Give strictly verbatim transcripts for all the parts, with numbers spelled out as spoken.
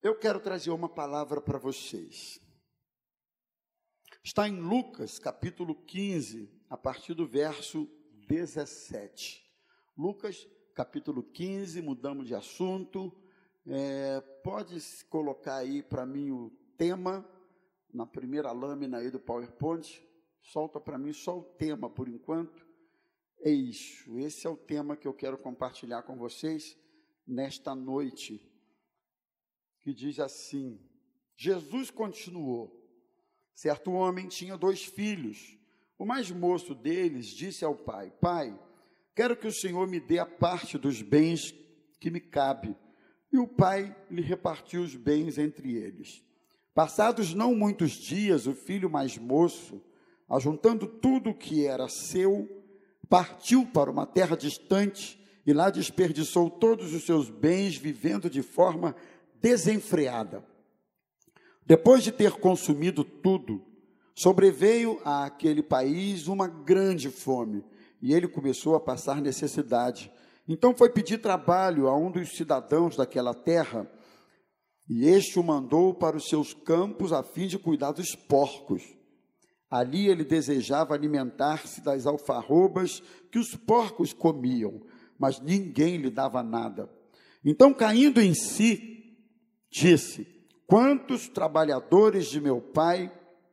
Eu quero trazer uma palavra para vocês. Está em Lucas, capítulo quinze, a partir do verso dezessete. Lucas, capítulo quinze, mudamos de assunto. É, pode colocar aí para mim o tema, na primeira lâmina aí do PowerPoint. Solta para mim só o tema por enquanto. É isso, esse é o tema que eu quero compartilhar com vocês nesta noite. Que diz assim: Jesus continuou. Certo homem tinha dois filhos. O mais moço deles disse ao pai: Pai, quero que o Senhor me dê a parte dos bens que me cabe. E o pai lhe repartiu os bens entre eles. Passados não muitos dias, o filho mais moço, ajuntando tudo o que era seu, partiu para uma terra distante e lá desperdiçou todos os seus bens, vivendo de forma desenfreada. Depois de ter consumido tudo, sobreveio àquele país uma grande fome, e ele começou a passar necessidade. Então foi pedir trabalho a um dos cidadãos daquela terra, e este o mandou para os seus campos a fim de cuidar dos porcos. Ali ele desejava alimentar-se das alfarrobas que os porcos comiam, mas ninguém lhe dava nada. Então, caindo em si, disse: quantos trabalhadores de meu pai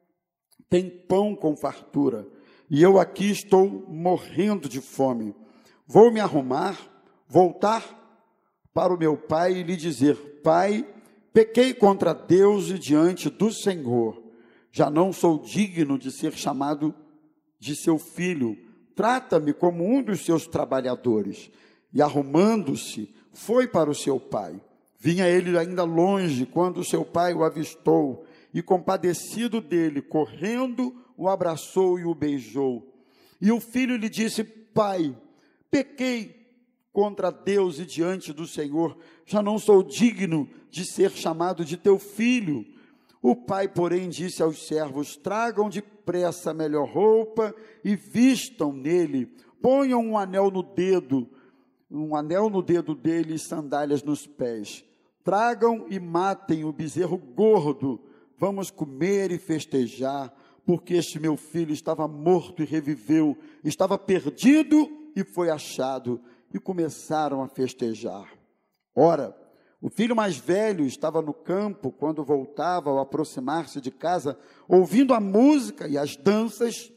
têm pão com fartura, e eu aqui estou morrendo de fome. Vou me arrumar, voltar para o meu pai e lhe dizer: Pai, pequei contra Deus e diante do Senhor. Já não sou digno de ser chamado de seu filho. Trata-me como um dos seus trabalhadores. E arrumando-se, foi para o seu pai. Vinha ele ainda longe, quando seu pai o avistou, e compadecido dele, correndo, o abraçou e o beijou. E o filho lhe disse: Pai, pequei contra Deus e diante do Senhor, já não sou digno de ser chamado de teu filho. O pai, porém, disse aos servos: tragam depressa a melhor roupa e vistam nele, ponham um anel no dedo, um anel no dedo dele e sandálias nos pés. Tragam e matem o bezerro gordo, vamos comer e festejar, porque este meu filho estava morto e reviveu, estava perdido e foi achado. E começaram a festejar. Ora, o filho mais velho estava no campo, quando voltava, ao aproximar-se de casa, ouvindo a música e as danças,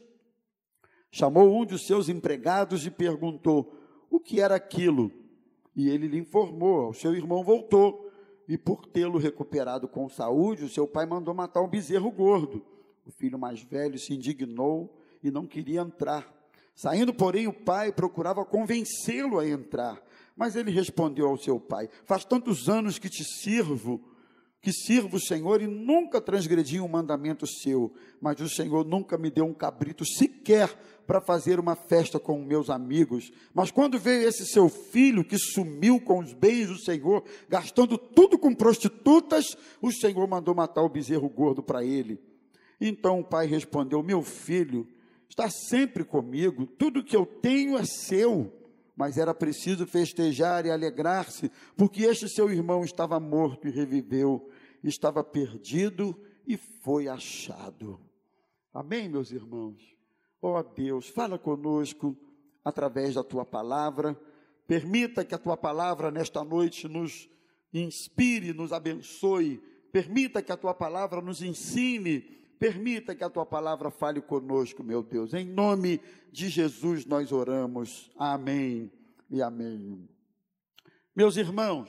chamou um dos seus empregados e perguntou o que era aquilo. E ele lhe informou. O seu irmão voltou, e por tê-lo recuperado com saúde, o seu pai mandou matar um bezerro gordo. O filho mais velho se indignou e não queria entrar. Saindo, porém, o pai procurava convencê-lo a entrar, mas ele respondeu ao seu pai: faz tantos anos que te sirvo, que sirvo o Senhor e nunca transgredi um mandamento seu, mas o Senhor nunca me deu um cabrito sequer para fazer uma festa com meus amigos. Mas quando veio esse seu filho que sumiu com os bens do Senhor, gastando tudo com prostitutas, o Senhor mandou matar o bezerro gordo para ele. Então o pai respondeu: meu filho está sempre comigo, tudo que eu tenho é seu. Mas era preciso festejar e alegrar-se, porque este seu irmão estava morto e reviveu, estava perdido e foi achado. Amém, meus irmãos? Ó Deus, fala conosco através da tua palavra. Permita que a tua palavra nesta noite nos inspire, nos abençoe. Permita que a tua palavra nos ensine. Permita que a tua palavra fale conosco, meu Deus. Em nome de Jesus nós oramos. Amém e amém. Meus irmãos,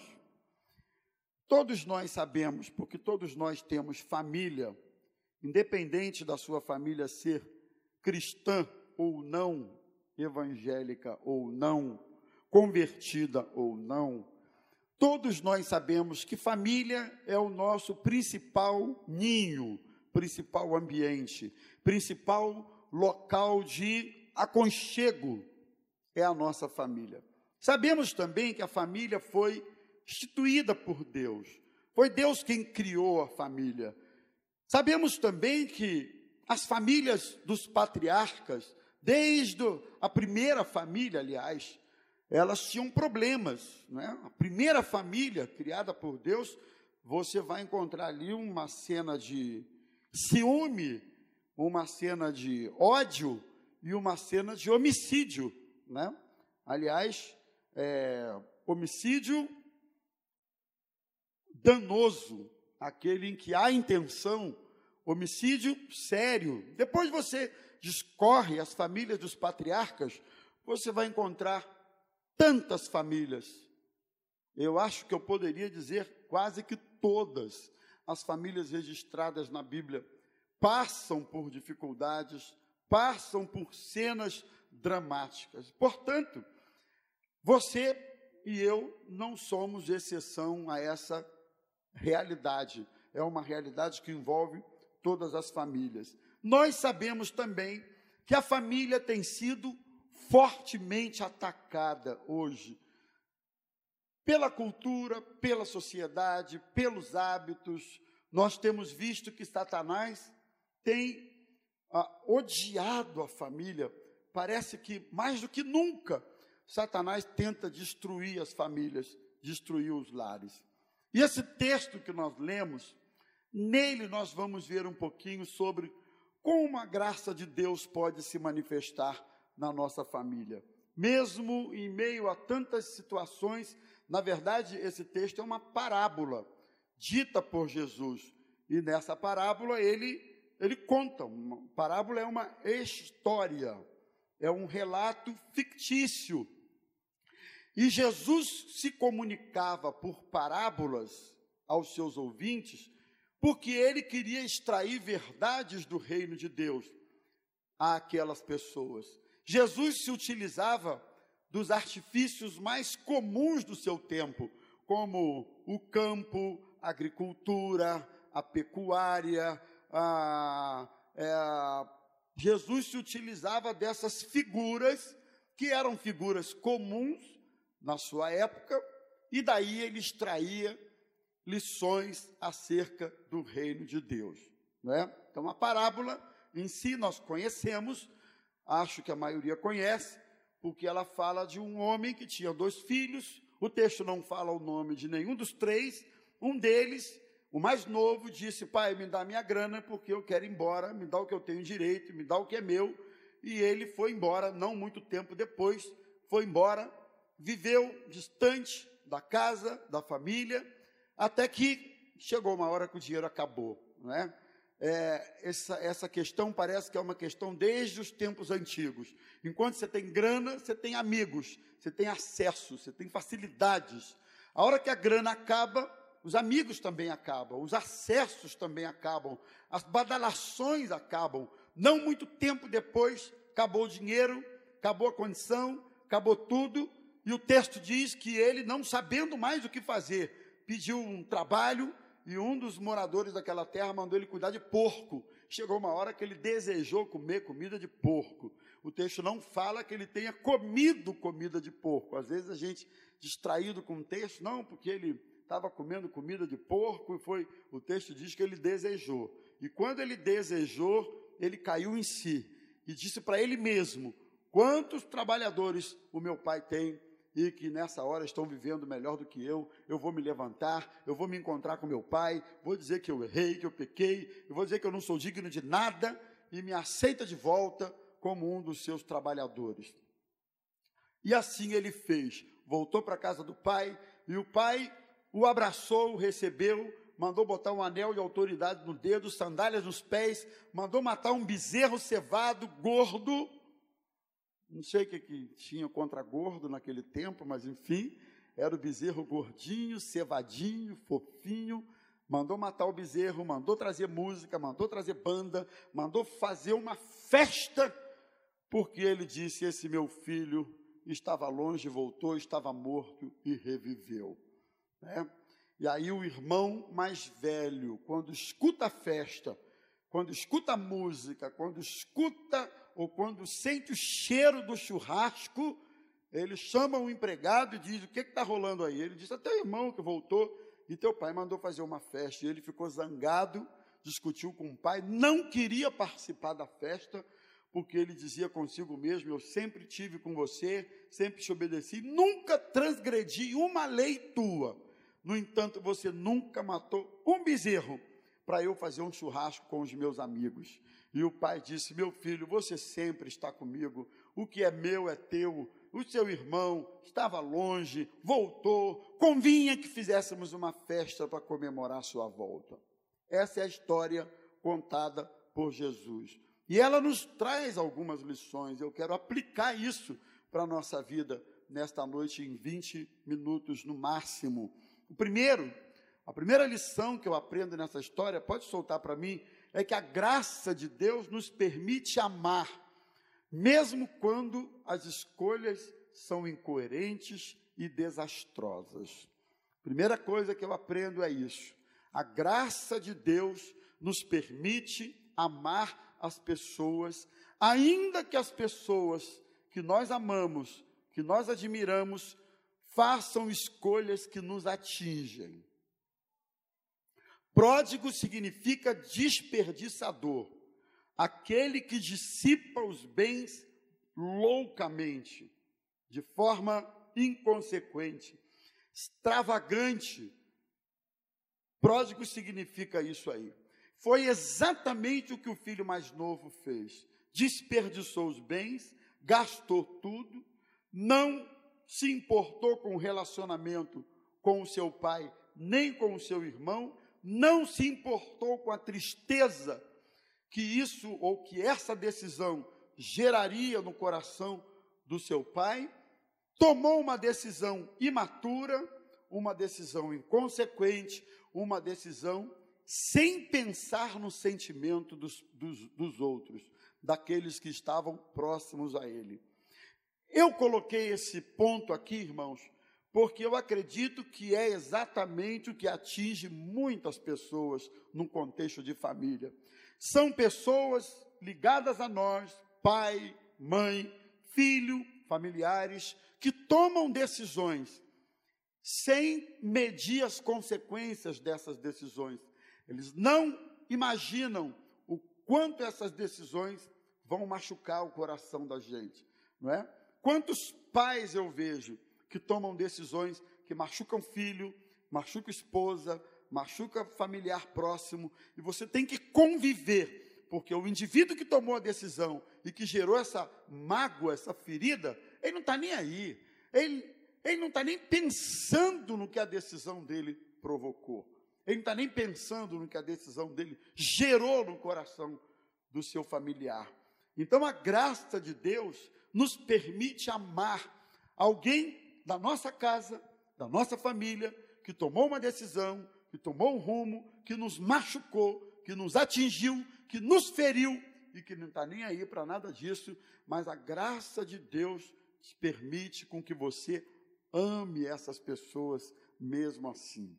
todos nós sabemos, porque todos nós temos família, independente da sua família ser cristã ou não, evangélica ou não, convertida ou não, todos nós sabemos que família é o nosso principal ninho, principal ambiente, principal local de aconchego é a nossa família. Sabemos também que a família foi instituída por Deus, foi Deus quem criou a família. Sabemos também que as famílias dos patriarcas, desde a primeira família, aliás, elas tinham problemas, né? A primeira família criada por Deus você vai encontrar ali uma cena de ciúme, uma cena de ódio e uma cena de homicídio, né? Aliás, é, homicídio danoso, aquele em que há intenção, homicídio sério. Depois você discorre as famílias dos patriarcas, você vai encontrar tantas famílias. Eu acho que eu poderia dizer quase que todas as famílias registradas na Bíblia passam por dificuldades, passam por cenas dramáticas. Portanto, você e eu não somos exceção a essa realidade. É uma realidade que envolve todas as famílias. Nós sabemos também que a família tem sido fortemente atacada hoje pela cultura, pela sociedade, pelos hábitos. Nós temos visto que Satanás tem ah, odiado a família. Parece que, mais do que nunca, Satanás tenta destruir as famílias, destruir os lares. E esse texto que nós lemos, nele nós vamos ver um pouquinho sobre como a graça de Deus pode se manifestar na nossa família. Mesmo em meio a tantas situações, na verdade, esse texto é uma parábola dita por Jesus. E nessa parábola ele, ele conta, uma parábola é uma história, é um relato fictício. E Jesus se comunicava por parábolas aos seus ouvintes, porque ele queria extrair verdades do reino de Deus àquelas pessoas. Jesus se utilizava dos artifícios mais comuns do seu tempo, como o campo, a agricultura, a pecuária. A, é, Jesus se utilizava dessas figuras, que eram figuras comuns na sua época, e daí ele extraía lições acerca do reino de Deus, né? Então, a parábola em si nós conhecemos, acho que a maioria conhece, porque ela fala de um homem que tinha dois filhos. O texto não fala o nome de nenhum dos três. Um deles, o mais novo, disse: pai, me dá minha grana, porque eu quero ir embora, me dá o que eu tenho direito, me dá o que é meu. E ele foi embora, não muito tempo depois, foi embora, viveu distante da casa, da família, até que chegou uma hora que o dinheiro acabou, não é? É, essa, essa questão parece que é uma questão desde os tempos antigos. Enquanto você tem grana, você tem amigos, você tem acesso, você tem facilidades. A hora que a grana acaba, os amigos também acabam, os acessos também acabam, as badalações acabam. Não muito tempo depois, acabou o dinheiro, acabou a condição, acabou tudo, e o texto diz que ele, não sabendo mais o que fazer, pediu um trabalho, e um dos moradores daquela terra mandou ele cuidar de porco. Chegou uma hora que ele desejou comer comida de porco. O texto não fala que ele tenha comido comida de porco. Às vezes a gente, distraído com o texto, não, porque ele estava comendo comida de porco, e foi, o texto diz que ele desejou. E quando ele desejou, ele caiu em si, e disse para ele mesmo: quantos trabalhadores o meu pai tem, e que nessa hora estão vivendo melhor do que eu. Eu vou me levantar, eu vou me encontrar com meu pai, vou dizer que eu errei, que eu pequei, eu vou dizer que eu não sou digno de nada, e me aceita de volta como um dos seus trabalhadores. E assim ele fez, voltou para a casa do pai, e o pai o abraçou, o recebeu, mandou botar um anel de autoridade no dedo, sandálias nos pés, mandou matar um bezerro cevado, gordo. Não sei o que, que tinha contra gordo naquele tempo, mas enfim, era o bezerro gordinho, cevadinho, fofinho. Mandou matar o bezerro, mandou trazer música, mandou trazer banda, mandou fazer uma festa, porque ele disse: esse meu filho estava longe, voltou, estava morto e reviveu, né? E aí o irmão mais velho, quando escuta a festa, quando escuta a música, quando escuta ou quando sente o cheiro do churrasco, ele chama o empregado e diz: o que está rolando aí? Ele diz: é teu irmão que voltou e teu pai mandou fazer uma festa. E ele ficou zangado, discutiu com o pai, não queria participar da festa, porque ele dizia consigo mesmo: eu sempre tive com você, sempre te obedeci, nunca transgredi uma lei tua, No entanto, você nunca matou um bezerro para eu fazer um churrasco com os meus amigos. E o pai disse: meu filho, você sempre está comigo, o que é meu é teu. O seu irmão estava longe, voltou, convinha que fizéssemos uma festa para comemorar sua volta. Essa é a história contada por Jesus. E ela nos traz algumas lições. Eu quero aplicar isso para a nossa vida nesta noite em vinte minutos no máximo. O primeiro, a primeira lição que eu aprendo nessa história, pode soltar para mim, é que a graça de Deus nos permite amar, mesmo quando as escolhas são incoerentes e desastrosas. Primeira coisa que eu aprendo é isso. A graça de Deus nos permite amar as pessoas, ainda que as pessoas que nós amamos, que nós admiramos, façam escolhas que nos atingem. Pródigo significa desperdiçador, aquele que dissipa os bens loucamente, de forma inconsequente, extravagante. Pródigo significa isso aí. Foi exatamente o que o filho mais novo fez. Desperdiçou os bens, gastou tudo, não se importou com o relacionamento com o seu pai, nem com o seu irmão, não se importou com a tristeza que isso, ou que essa decisão geraria no coração do seu pai, tomou uma decisão imatura, uma decisão inconsequente, uma decisão sem pensar no sentimento dos, dos, dos outros, daqueles que estavam próximos a ele. Eu coloquei esse ponto aqui, irmãos, porque eu acredito que é exatamente o que atinge muitas pessoas num contexto de família. São pessoas ligadas a nós, pai, mãe, filho, familiares, que tomam decisões sem medir as consequências dessas decisões. Eles não imaginam o quanto essas decisões vão machucar o coração da gente, não é? Quantos pais eu vejo que tomam decisões que machucam filho, machucam esposa, machuca familiar próximo, e você tem que conviver, porque o indivíduo que tomou a decisão e que gerou essa mágoa, essa ferida, ele não está nem aí, ele, ele não está nem pensando no que a decisão dele provocou, ele não está nem pensando no que a decisão dele gerou no coração do seu familiar. Então a graça de Deus nos permite amar alguém da nossa casa, da nossa família, que tomou uma decisão, que tomou um rumo, que nos machucou, que nos atingiu, que nos feriu, e que não está nem aí para nada disso, mas a graça de Deus te permite com que você ame essas pessoas mesmo assim.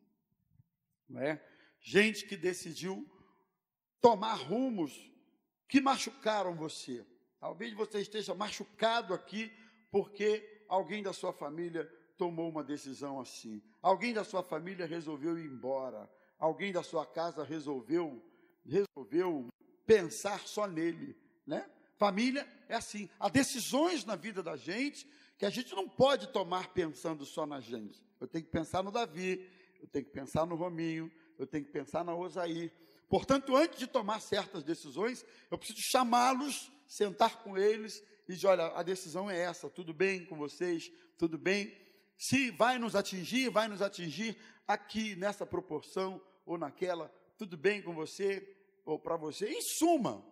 Não é? Gente que decidiu tomar rumos que machucaram você. Talvez você esteja machucado aqui porque alguém da sua família tomou uma decisão assim. Alguém da sua família resolveu ir embora. Alguém da sua casa resolveu, resolveu pensar só nele, né? Família é assim. Há decisões na vida da gente que a gente não pode tomar pensando só na gente. Eu tenho que pensar no Davi, eu tenho que pensar no Rominho, eu tenho que pensar na Osaí. Portanto, antes de tomar certas decisões, eu preciso chamá-los, sentar com eles e dizer: olha, a decisão é essa, tudo bem com vocês? Tudo bem? Se vai nos atingir, vai nos atingir aqui, nessa proporção ou naquela, tudo bem com você ou para você? Em suma,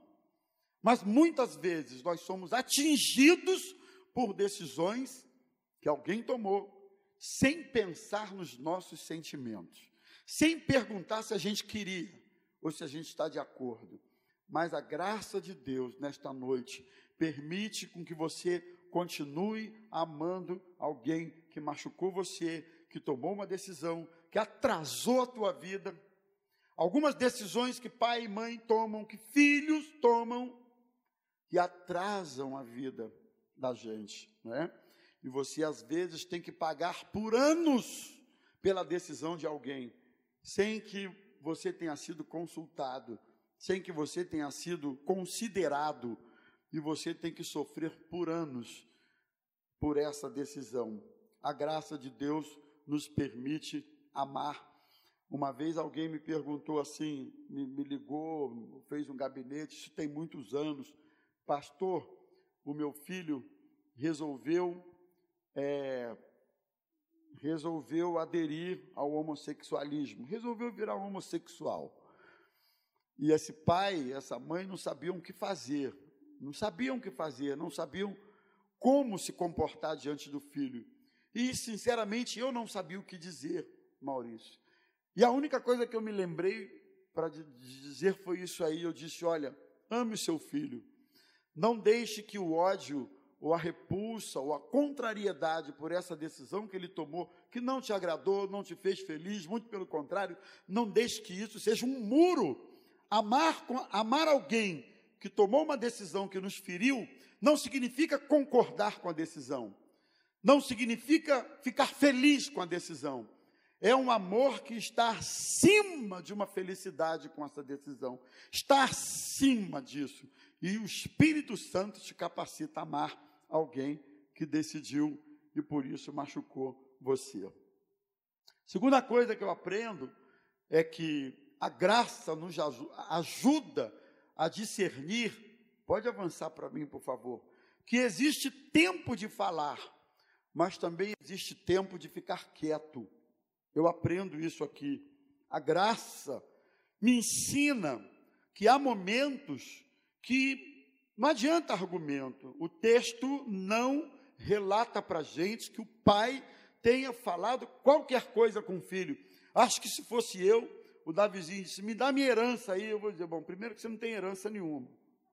mas muitas vezes nós somos atingidos por decisões que alguém tomou, sem pensar nos nossos sentimentos, sem perguntar se a gente queria ou se a gente está de acordo. Mas a graça de Deus, nesta noite, permite com que você continue amando alguém que machucou você, que tomou uma decisão, que atrasou a tua vida. Algumas decisões que pai e mãe tomam, que filhos tomam, que atrasam a vida da gente, né? E você, às vezes, tem que pagar por anos pela decisão de alguém, sem que você tenha sido consultado, sem que você tenha sido considerado, e você tem que sofrer por anos por essa decisão. A graça de Deus nos permite amar. Uma vez alguém me perguntou assim, me, me ligou, fez um gabinete, isso tem muitos anos, pastor, o meu filho resolveu, é, resolveu aderir ao homossexualismo, resolveu virar homossexual. E esse pai, essa mãe não sabiam o que fazer, não sabiam o que fazer, não sabiam como se comportar diante do filho. E, sinceramente, eu não sabia o que dizer, Maurício. E a única coisa que eu me lembrei para dizer foi isso aí. Eu disse, olha, ame o seu filho. Não deixe que o ódio, ou a repulsa, ou a contrariedade por essa decisão que ele tomou, que não te agradou, não te fez feliz, muito pelo contrário, não deixe que isso seja um muro. Amar, amar alguém que tomou uma decisão que nos feriu, não significa concordar com a decisão. Não significa ficar feliz com a decisão. É um amor que está acima de uma felicidade com essa decisão. Está acima disso. E o Espírito Santo te capacita a amar alguém que decidiu e por isso machucou você. Segunda coisa que eu aprendo é que a graça nos ajuda a discernir, pode avançar para mim, por favor, que existe tempo de falar, mas também existe tempo de ficar quieto. Eu aprendo isso aqui. A graça me ensina que há momentos que não adianta argumento. O texto não relata para a gente que o pai tenha falado qualquer coisa com o filho. Acho que se fosse eu, o Davizinho disse, me dá minha herança aí. Eu vou dizer, bom, primeiro que você não tem herança nenhuma.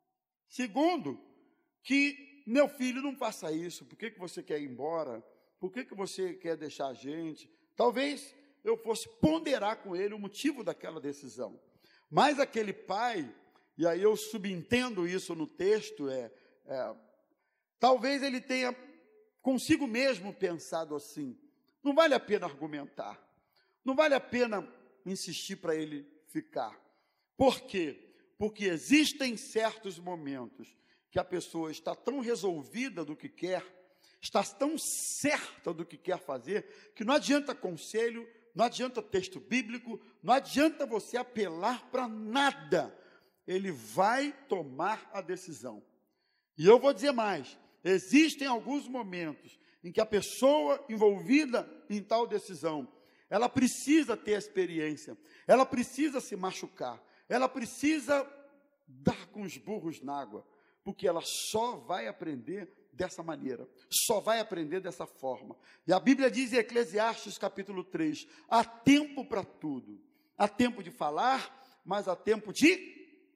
Segundo, que meu filho não faça isso. Por que, que você quer ir embora? Por que, que você quer deixar a gente? Talvez eu fosse ponderar com ele o motivo daquela decisão. Mas aquele pai, e aí eu subentendo isso no texto, é, é talvez ele tenha consigo mesmo pensado assim, não vale a pena argumentar, não vale a pena insistir para ele ficar. Por quê? Porque existem certos momentos que a pessoa está tão resolvida do que quer, está tão certa do que quer fazer, que não adianta conselho, não adianta texto bíblico, não adianta você apelar para nada. Ele vai tomar a decisão. E eu vou dizer mais, existem alguns momentos em que a pessoa envolvida em tal decisão, ela precisa ter experiência, ela precisa se machucar, ela precisa dar com os burros na água, porque ela só vai aprender dessa maneira, só vai aprender dessa forma. E a Bíblia diz em Eclesiastes capítulo três, há tempo para tudo, há tempo de falar, mas há tempo de,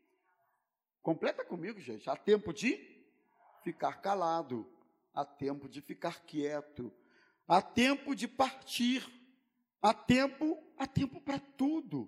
completa comigo gente, há tempo de ficar calado, há tempo de ficar quieto, há tempo de partir, há tempo, há tempo para tudo.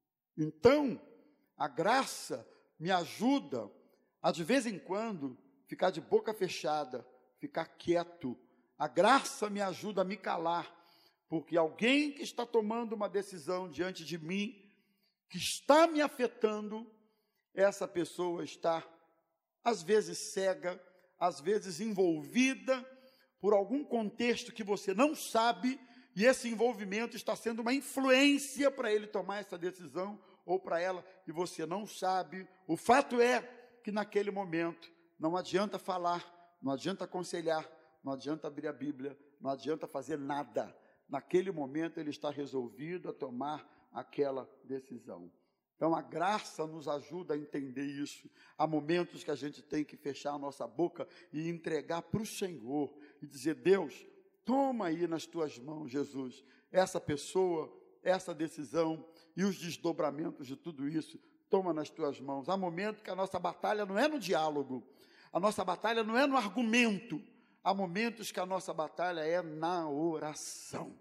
Então, a graça me ajuda a de vez em quando ficar de boca fechada, ficar quieto. A graça me ajuda a me calar, porque alguém que está tomando uma decisão diante de mim, que está me afetando, essa pessoa está, às vezes, cega, às vezes envolvida por algum contexto que você não sabe, e esse envolvimento está sendo uma influência para ele tomar essa decisão, ou para ela, e você não sabe. O fato é que naquele momento, não adianta falar, não adianta aconselhar, não adianta abrir a Bíblia, não adianta fazer nada. Naquele momento ele está resolvido a tomar aquela decisão. Então a graça nos ajuda a entender isso. Há momentos que a gente tem que fechar a nossa boca e entregar para o Senhor e dizer, Deus, toma aí nas tuas mãos, Jesus, essa pessoa, essa decisão e os desdobramentos de tudo isso, toma nas tuas mãos. Há momentos que a nossa batalha não é no diálogo, a nossa batalha não é no argumento, há momentos que a nossa batalha é na oração.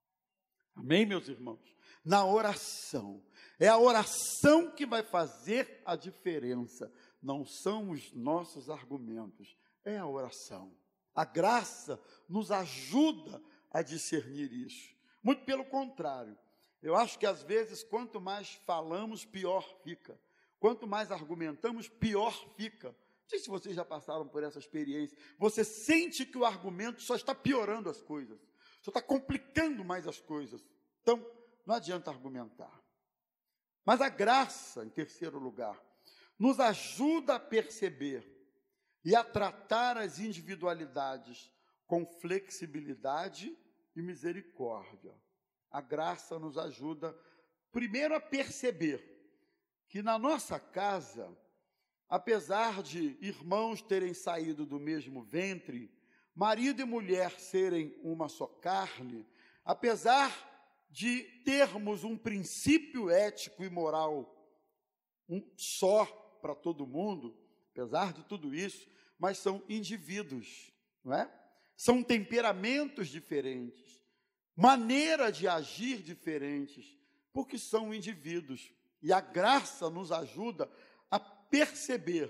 Amém, meus irmãos? Na oração. É a oração que vai fazer a diferença, não são os nossos argumentos, é a oração. A graça nos ajuda a discernir isso. Muito pelo contrário, eu acho que às vezes quanto mais falamos, pior fica. Quanto mais argumentamos, pior fica. Não sei se vocês já passaram por essa experiência. Você sente que o argumento só está piorando as coisas, só está complicando mais as coisas. Então, não adianta argumentar. Mas a graça, em terceiro lugar, nos ajuda a perceber e a tratar as individualidades com flexibilidade e misericórdia. A graça nos ajuda, primeiro, a perceber que na nossa casa, apesar de irmãos terem saído do mesmo ventre, marido e mulher serem uma só carne, apesar de termos um princípio ético e moral um só para todo mundo, apesar de tudo isso, mas são indivíduos, não é? São temperamentos diferentes, maneira de agir diferentes, porque são indivíduos. E a graça nos ajuda a perceber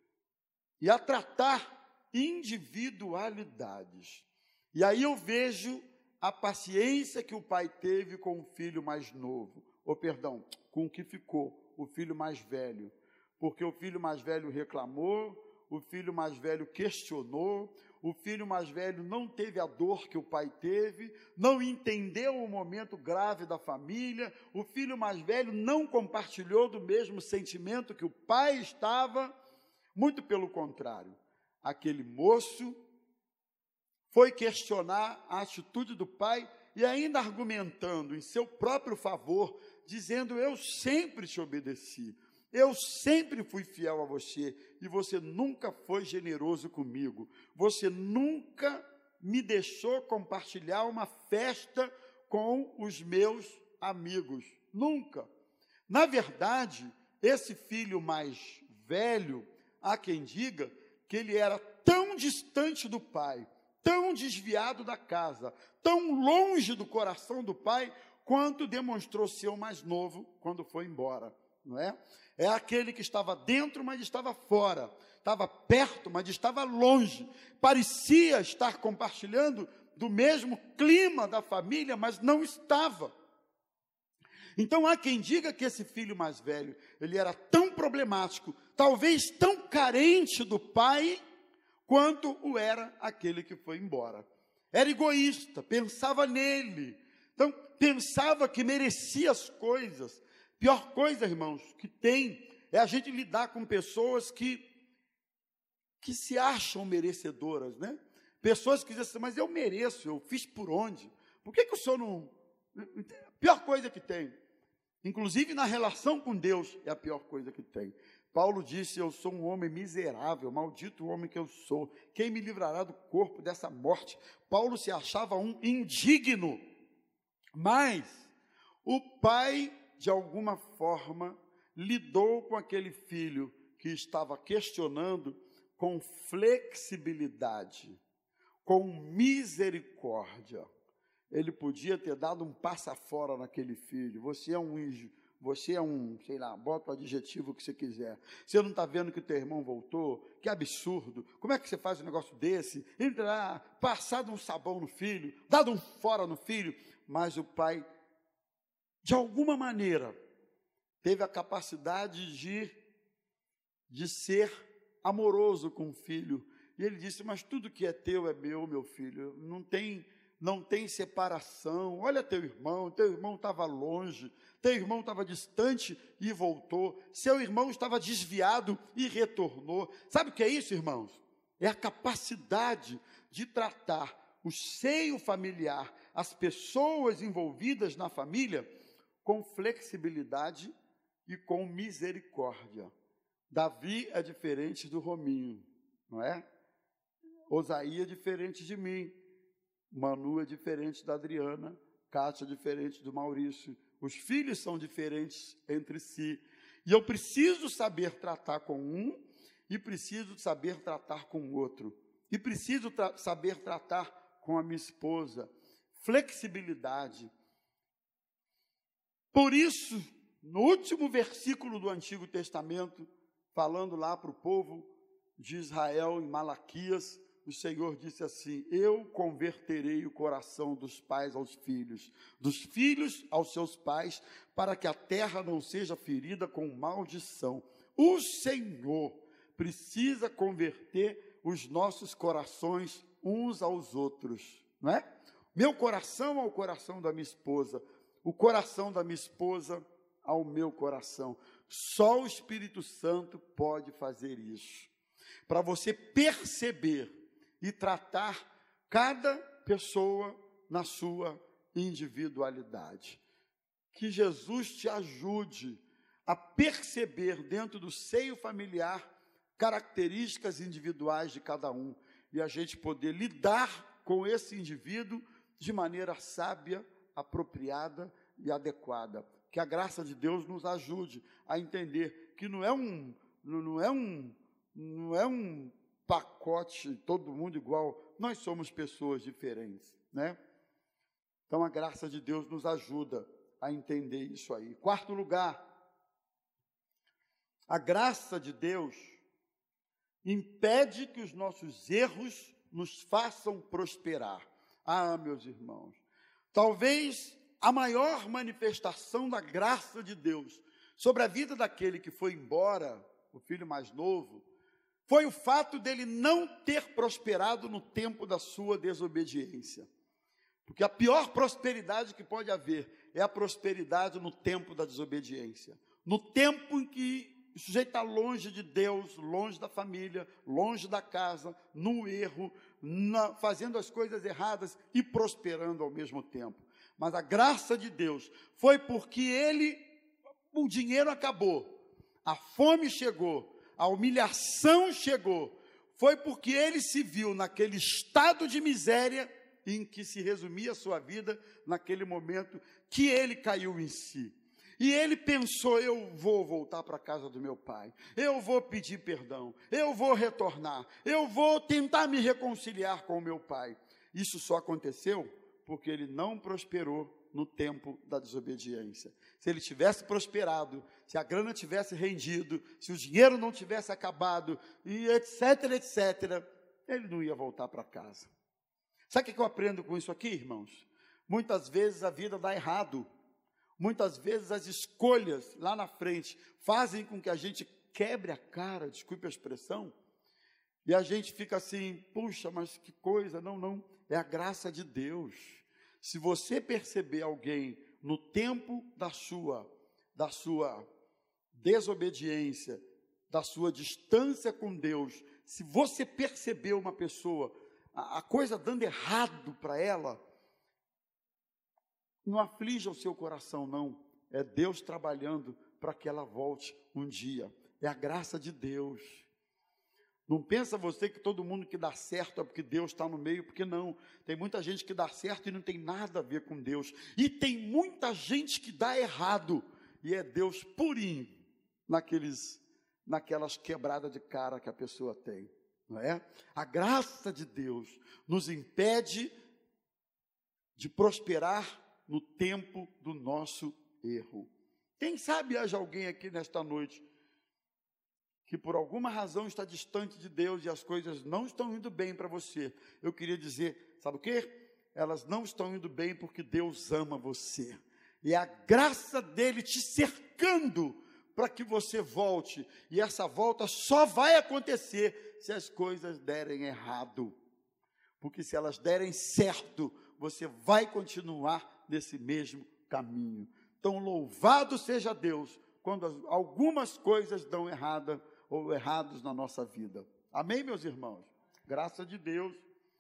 e a tratar individualidades. E aí eu vejo a paciência que o pai teve com o filho mais novo, ou perdão, com o que ficou, o filho mais velho, porque o filho mais velho reclamou, o filho mais velho questionou, o filho mais velho não teve a dor que o pai teve, não entendeu o momento grave da família, o filho mais velho não compartilhou do mesmo sentimento que o pai estava, muito pelo contrário, aquele moço foi questionar a atitude do pai e ainda argumentando em seu próprio favor, dizendo: eu sempre te obedeci, eu sempre fui fiel a você, e você nunca foi generoso comigo, você nunca me deixou compartilhar uma festa com os meus amigos, nunca. Na verdade, esse filho mais velho, há quem diga que ele era tão distante do pai, tão desviado da casa, tão longe do coração do pai, quanto demonstrou ser o mais novo quando foi embora, não é? É aquele que estava dentro, mas estava fora, estava perto, mas estava longe, parecia estar compartilhando do mesmo clima da família, mas não estava. Então há quem diga que esse filho mais velho, ele era tão problemático, talvez tão carente do pai, quanto o era aquele que foi embora. Era egoísta, pensava nele, então pensava que merecia as coisas. Pior coisa, irmãos, que tem, é a gente lidar com pessoas que, que se acham merecedoras, né? Pessoas que dizem assim: mas eu mereço, eu fiz por onde? Por que que o senhor não... Pior coisa que tem, inclusive na relação com Deus, é a pior coisa que tem. Paulo disse: eu sou um homem miserável, maldito o homem que eu sou, quem me livrará do corpo dessa morte? Paulo se achava um indigno, mas o pai, de alguma forma, lidou com aquele filho que estava questionando com flexibilidade, com misericórdia. Ele podia ter dado um passa fora naquele filho: você é um Você é um, sei lá, bota o adjetivo que você quiser. Você não está vendo que o teu irmão voltou? Que absurdo. Como é que você faz um negócio desse? Entra lá, passado um sabão no filho, dado um fora no filho. Mas o pai, de alguma maneira, teve a capacidade de, de ser amoroso com o filho. E ele disse: mas tudo que é teu é meu, meu filho. Não tem... não tem separação. Olha teu irmão, teu irmão estava longe, teu irmão estava distante e voltou, seu irmão estava desviado e retornou. Sabe o que é isso, irmãos? É a capacidade de tratar o seio familiar, as pessoas envolvidas na família, com flexibilidade e com misericórdia. Davi é diferente do Rominho, não é? Osaí é diferente de mim, Manu é diferente da Adriana, Cátia é diferente do Maurício. Os filhos são diferentes entre si. E eu preciso saber tratar com um e preciso saber tratar com o outro. E preciso tra- saber tratar com a minha esposa. Flexibilidade. Por isso, no último versículo do Antigo Testamento, falando lá para o povo de Israel, em Malaquias, o Senhor disse assim: eu converterei o coração dos pais aos filhos, dos filhos aos seus pais, para que a terra não seja ferida com maldição. O Senhor precisa converter os nossos corações uns aos outros, não é? Meu coração ao coração da minha esposa, o coração da minha esposa ao meu coração. Só o Espírito Santo pode fazer isso. Para você perceber e tratar cada pessoa na sua individualidade. Que Jesus te ajude a perceber dentro do seio familiar características individuais de cada um e a gente poder lidar com esse indivíduo de maneira sábia, apropriada e adequada. Que a graça de Deus nos ajude a entender que não é um, não é um, não é um pacote, todo mundo igual, nós somos pessoas diferentes, né? Então a graça de Deus nos ajuda a entender isso aí. Quarto lugar, a graça de Deus impede que os nossos erros nos façam prosperar. Ah, meus irmãos, talvez a maior manifestação da graça de Deus sobre a vida daquele que foi embora, o filho mais novo, foi o fato dele não ter prosperado no tempo da sua desobediência. Porque a pior prosperidade que pode haver é a prosperidade no tempo da desobediência. No tempo em que o sujeito está longe de Deus, longe da família, longe da casa, no erro, na, fazendo as coisas erradas e prosperando ao mesmo tempo. Mas a graça de Deus foi porque ele, o dinheiro acabou, a fome chegou, a humilhação chegou. Foi porque ele se viu naquele estado de miséria em que se resumia a sua vida, naquele momento que ele caiu em si. E ele pensou, eu vou voltar para a casa do meu pai, eu vou pedir perdão, eu vou retornar, eu vou tentar me reconciliar com o meu pai. Isso só aconteceu porque ele não prosperou no tempo da desobediência. Se ele tivesse prosperado, se a grana tivesse rendido, se o dinheiro não tivesse acabado, e etc, etcétera, ele não ia voltar para casa. Sabe o que eu aprendo com isso aqui, irmãos? Muitas vezes a vida dá errado. Muitas vezes as escolhas lá na frente fazem com que a gente quebre a cara, desculpe a expressão, e a gente fica assim, puxa, mas que coisa, não, não, é a graça de Deus. Se você perceber alguém no tempo da sua, da sua desobediência, da sua distância com Deus, se você perceber uma pessoa, a, a coisa dando errado para ela, não aflija o seu coração, não. É Deus trabalhando para que ela volte um dia. É a graça de Deus. Não pensa você que todo mundo que dá certo é porque Deus está no meio, porque não. Tem muita gente que dá certo e não tem nada a ver com Deus. E tem muita gente que dá errado. E é Deus purinho naqueles, naquelas quebradas de cara que a pessoa tem. Não é? A graça de Deus nos impede de prosperar no tempo do nosso erro. Quem sabe haja alguém aqui nesta noite que por alguma razão está distante de Deus e as coisas não estão indo bem para você. Eu queria dizer, sabe o quê? Elas não estão indo bem porque Deus ama você. E a graça dele te cercando para que você volte. E essa volta só vai acontecer se as coisas derem errado. Porque se elas derem certo, você vai continuar nesse mesmo caminho. Então, louvado seja Deus quando as, algumas coisas dão errada ou errados na nossa vida. Amém, meus irmãos? Graça de Deus.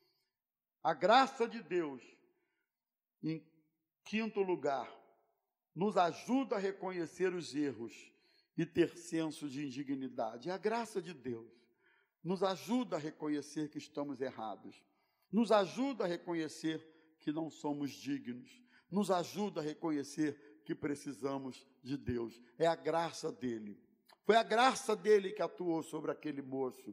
A graça de Deus, em quinto lugar, nos ajuda a reconhecer os erros e ter senso de indignidade. A graça de Deus nos ajuda a reconhecer que estamos errados. Nos ajuda a reconhecer que não somos dignos. Nos ajuda a reconhecer que precisamos de Deus. É a graça dele. Foi a graça dele que atuou sobre aquele moço.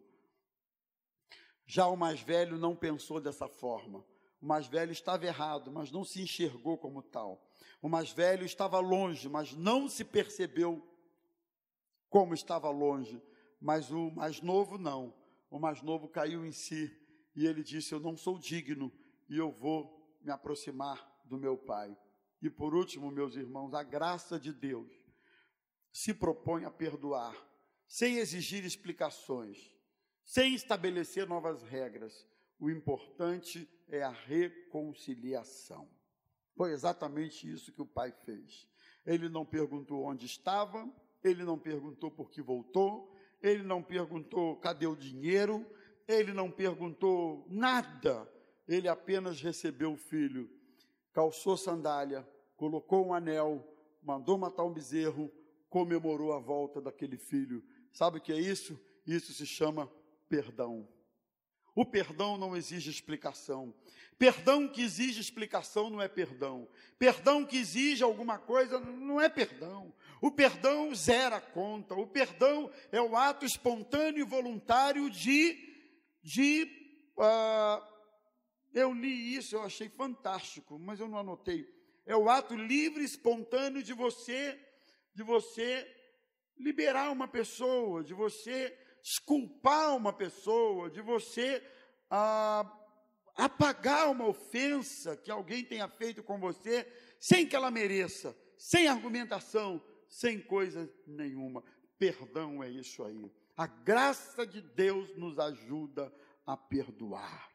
Já o mais velho não pensou dessa forma. O mais velho estava errado, mas não se enxergou como tal. O mais velho estava longe, mas não se percebeu como estava longe. Mas o mais novo não. O mais novo caiu em si e ele disse, eu não sou digno e eu vou me aproximar do meu pai. E por último, meus irmãos, a graça de Deus se propõe a perdoar, sem exigir explicações, sem estabelecer novas regras. O importante é a reconciliação. Foi exatamente isso que o pai fez. Ele não perguntou onde estava, ele não perguntou por que voltou, ele não perguntou cadê o dinheiro, ele não perguntou nada. Ele apenas recebeu o filho, calçou sandália, colocou um anel, mandou matar um bezerro, comemorou a volta daquele filho. Sabe o que é isso? Isso se chama perdão. O perdão não exige explicação. Perdão que exige explicação não é perdão. Perdão que exige alguma coisa não é perdão. O perdão zera a conta. O perdão é o ato espontâneo e voluntário de... de uh, eu li isso, eu achei fantástico, mas eu não anotei. É o ato livre e espontâneo de você, de você liberar uma pessoa, de você desculpar uma pessoa, de você ah, apagar uma ofensa que alguém tenha feito com você, sem que ela mereça, sem argumentação, sem coisa nenhuma. Perdão é isso aí. A graça de Deus nos ajuda a perdoar.